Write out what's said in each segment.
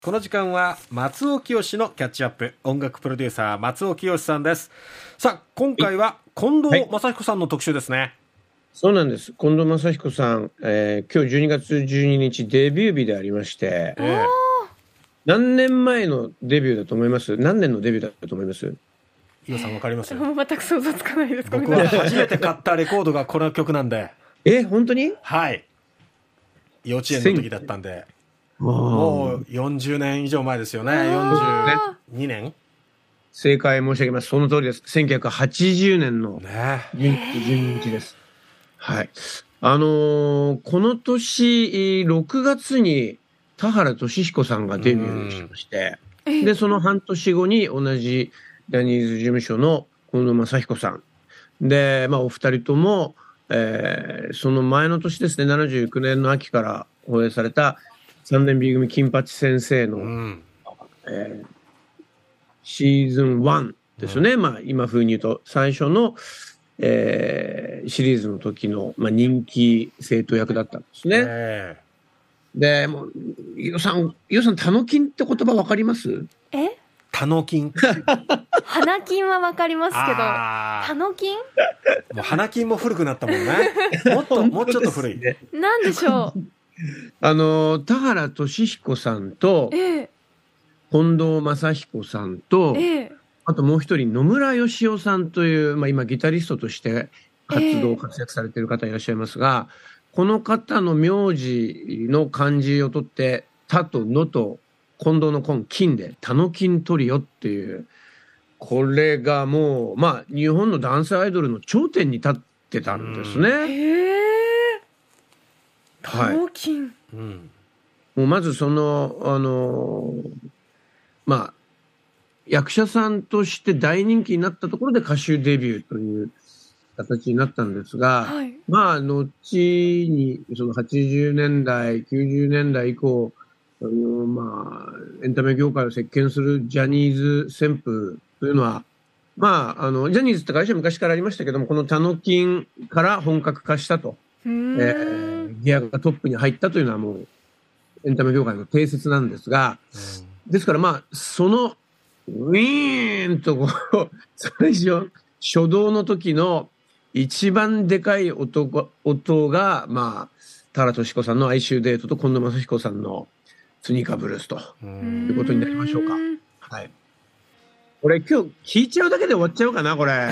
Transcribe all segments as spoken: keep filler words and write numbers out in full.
この時間は松尾清のキャッチアップ、音楽プロデューサー松尾清さんです。さあ今回は近藤正彦さんの特集ですね。はい、 そうなんです。近藤正彦さん、えー、今日じゅうにがつじゅうににちデビュー日でありまして、えー、何年前のデビューだと思います？何年のデビューだと思います？ 伊代さんわかります？ もう全く想像つかないです。 僕は初めて買ったレコードがこの曲なんで。 え、本当に？ はい。幼稚園の時だったんで。もうよんじゅうねん以上前ですよね。よんじゅうにねん。 正解申し上げます。その通りです。せんきゅうひゃくはちじゅうねんのじゅうににちです。はい。あのー、この年ろくがつに田原俊彦さんがデビューしまして、でその半年後に同じジャニーズ事務所の近藤正彦さんで、まあお二人とも、えー、その前の年ですね、ななじゅうきゅうねんの秋から放映されたさんねん B 組金八先生の、うんえー、シーズンワンですよね、うん、まあ今風に言うと最初の、えー、シリーズの時の、まあ、人気生徒役だったんですね。えー、でもう伊代さん伊代さんタノキンって言葉わかります？ えタノキン花金はわかりますけどタノキンもう花金も古くなったもんね。もっともうちょっと古い、ね、 なんでしょうあの田原俊彦さんと、ええ、近藤正彦さんと、ええ、あともう一人野村義雄さんという、まあ、今ギタリストとして活動、ええ、活躍されている方いらっしゃいますが、この方の名字の漢字を取って田と野と近藤の近金でタノキントリオっていう、これがもうまあ日本のダンスアイドルの頂点に立ってたんですね。へー、 タノキン、 うん、もうまずそのあのまあ役者さんとして大人気になったところで歌手デビューという形になったんですが、はい、まあ後にそのはちじゅうねんだいきゅうじゅうねんだい以降あのまあエンタメ業界を席巻するジャニーズ旋風というのは、まああのジャニーズって会社は昔からありましたけども、このタノキンから本格化したと。えー、ギアがトップに入ったというのはもうエンタメ業界の定説なんですが、ですからまあそのウィーンとこう最初初動の時の一番でかい 音, 音がまあ田原俊彦さんの哀愁デートと近藤正彦さんのスニーカーブルースということになりましょうか。はい。これ今日聞いちゃうだけで終わっちゃうかなこれ。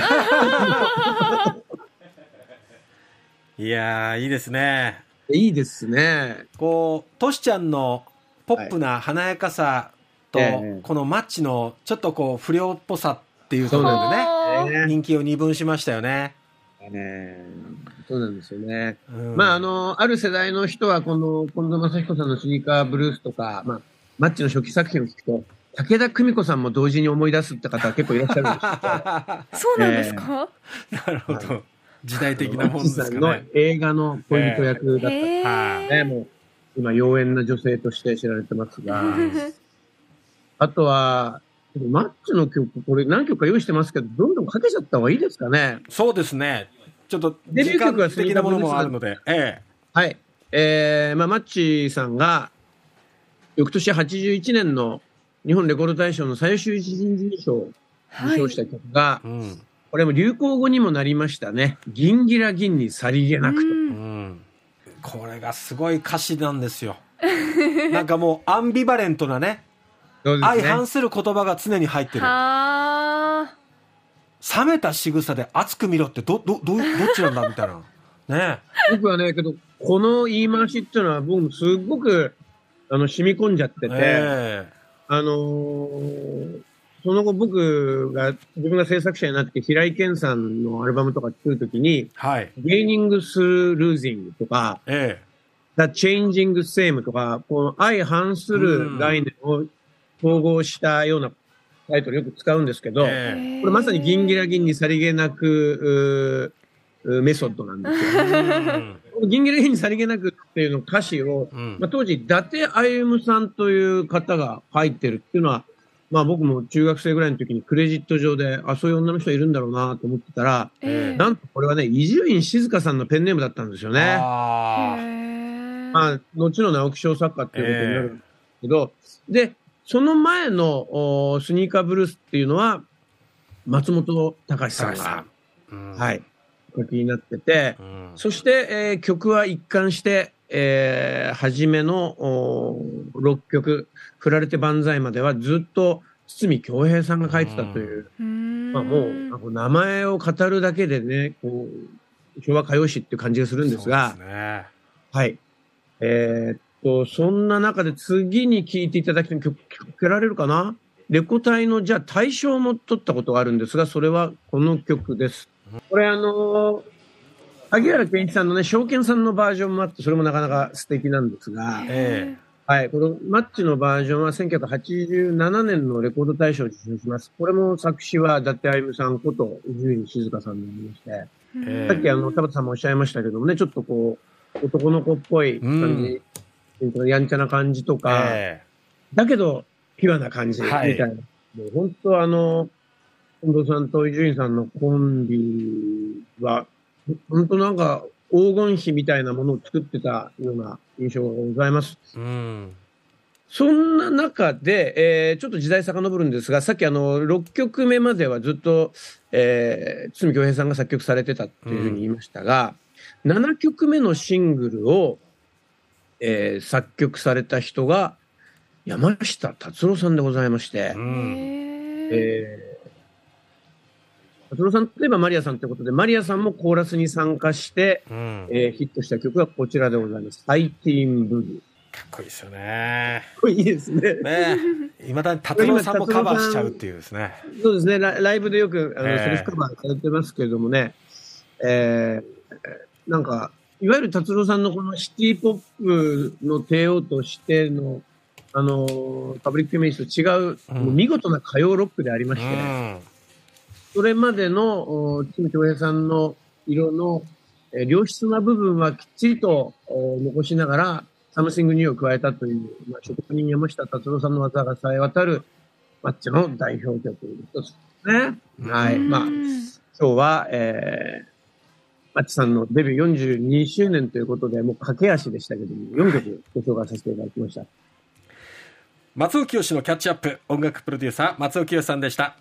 いやーいいですね。 いいですね。 こうトシちゃんのポップな華やかさと、はい、このマッチのちょっとこう不良っぽさっていうところでね、人気を二分しましたよね。 ね、そうなんですよね。うん、まああのある世代の人はこの近藤正彦さんのスニーカーブルースとか、まあマッチの初期作品を聞くと武田久美子さんも同時に思い出すって方は結構いらっしゃるんですそうなんですか？ えー、なるほど。はい、時代的なもんですかね。 の映画の恋人役だった、えーね、もう今妖艶な女性として知られてますがあとはマッチの曲これ何曲か用意してますけどどんどんかけちゃった方がいいですかね。 そうですね。ちょっと時間的なものもあるので、ええ、 はい、えー、まあマッチさんが翌年はちじゅういちねんの日本レコード大賞の最優秀新人賞を受賞した曲が、はい、うん、これも流行語にもなりましたね。銀ギラ銀にさりげなくと、うん、 これがすごい歌詞なんですよ。なんかもうアンビバレントな ね, ね相反する言葉が常に入ってる。は冷めた仕草で熱く見ろって ど, ど, ど, どっちなんだみたいなね。 僕はねけどこの言い回しっていうのは僕もすっごくあの染み込んじゃってて、えー、あのーその後僕が自分が制作者になって平井堅さんのアルバムとか作るときに、はい、ゲーニングスルージングとか、ええ、The Changing Same とか、この相反する概念を統合したようなタイトルよく使うんですけど、ええ、これまさに銀ギラ銀にさりげなくメソッドなんですよ。銀ギラ銀にさりげなくっていうの歌詞を、うん、まあ、当時伊達歩さんという方が書いてるっていうのはまあ僕も中学生ぐらいの時にクレジット上で、あ、そういう女の人いるんだろうなと思ってたら、えー、なんとこれはね、伊集院静香さんのペンネームだったんですよね。あまあ、後の直木賞作家っていうことになるけど、で、その前のスニーカーブルースっていうのは、松本隆さんが、うん、はい、お書きになってて、うん、そして、えー、曲は一貫して、えー、初めのろっきょく、振られて万歳まではずっと堤恭平さんが書いてたという、うん、まあもう、名前を語るだけでね、こう、昭和歌謡史っていう感じがするんですが、 そうですね。 はい。えー、っと、そんな中で次に聴いていただきたい曲、聴けられるかな？レコ大の、じゃあ大賞も取ったことがあるんですが、それはこの曲です。これあの、萩原健一さんのね、証券さんのバージョンもあって、それもなかなか素敵なんですが、えー、はい、このマッチのバージョンはせんきゅうひゃくはちじゅうななねんのレコード大賞を受賞します。これも作詞は伊達歩さんこと伊集院静香さんになりまして、えー、さっきあの、田畑さんもおっしゃいましたけどもね、ちょっとこう、男の子っぽい感じ、うん、やんちゃな感じとか、えー、だけど、ピュアな感じみたいな。はい、もう本当あの、近藤さんと伊集院さんのコンビは、本当なんか黄金比みたいなものを作ってたような印象がございます。うん、そんな中で、えー、ちょっと時代遡るんですが、さっきあの、ろっきょくめまではずっと、えー、堤恭平さんが作曲されてたっていうふうに言いましたが、うん、ななきょくめのシングルを、えー、作曲された人が山下達郎さんでございまして、うん、えー達郎さんといえばマリアさんということで、マリアさんもコーラスに参加して、うん、えー、ヒットした曲がこちらでございます。ハイティーンブギー。かっこいいですよね。 かっこいいですね。 ねえ。いまだに達郎さんもカバーしちゃうっていうですね。 そうですね。ライブでよくあの、えー、セルフカバーされてますけれどもね、えー、なんか、いわゆる達郎さんのこのシティポップの帝王としての、あの、パブリックイメージと違う、うん、もう見事な歌謡ロックでありまして、ね、うんそれまでの堤恭平さんの色の、えー、良質な部分はきっちりと残しながらサムシングニューを加えたという、まあ、職人山下達郎さんの技がさえ渡るマッチの代表曲一つですね。はい。まあ、今日は、えー、マッチさんのデビューよんじゅうにしゅうねんということで、もう駆け足でしたけども、よんきょくご紹介させていただきました。 松尾清のキャッチアップ、音楽プロデューサー松尾清さんでした。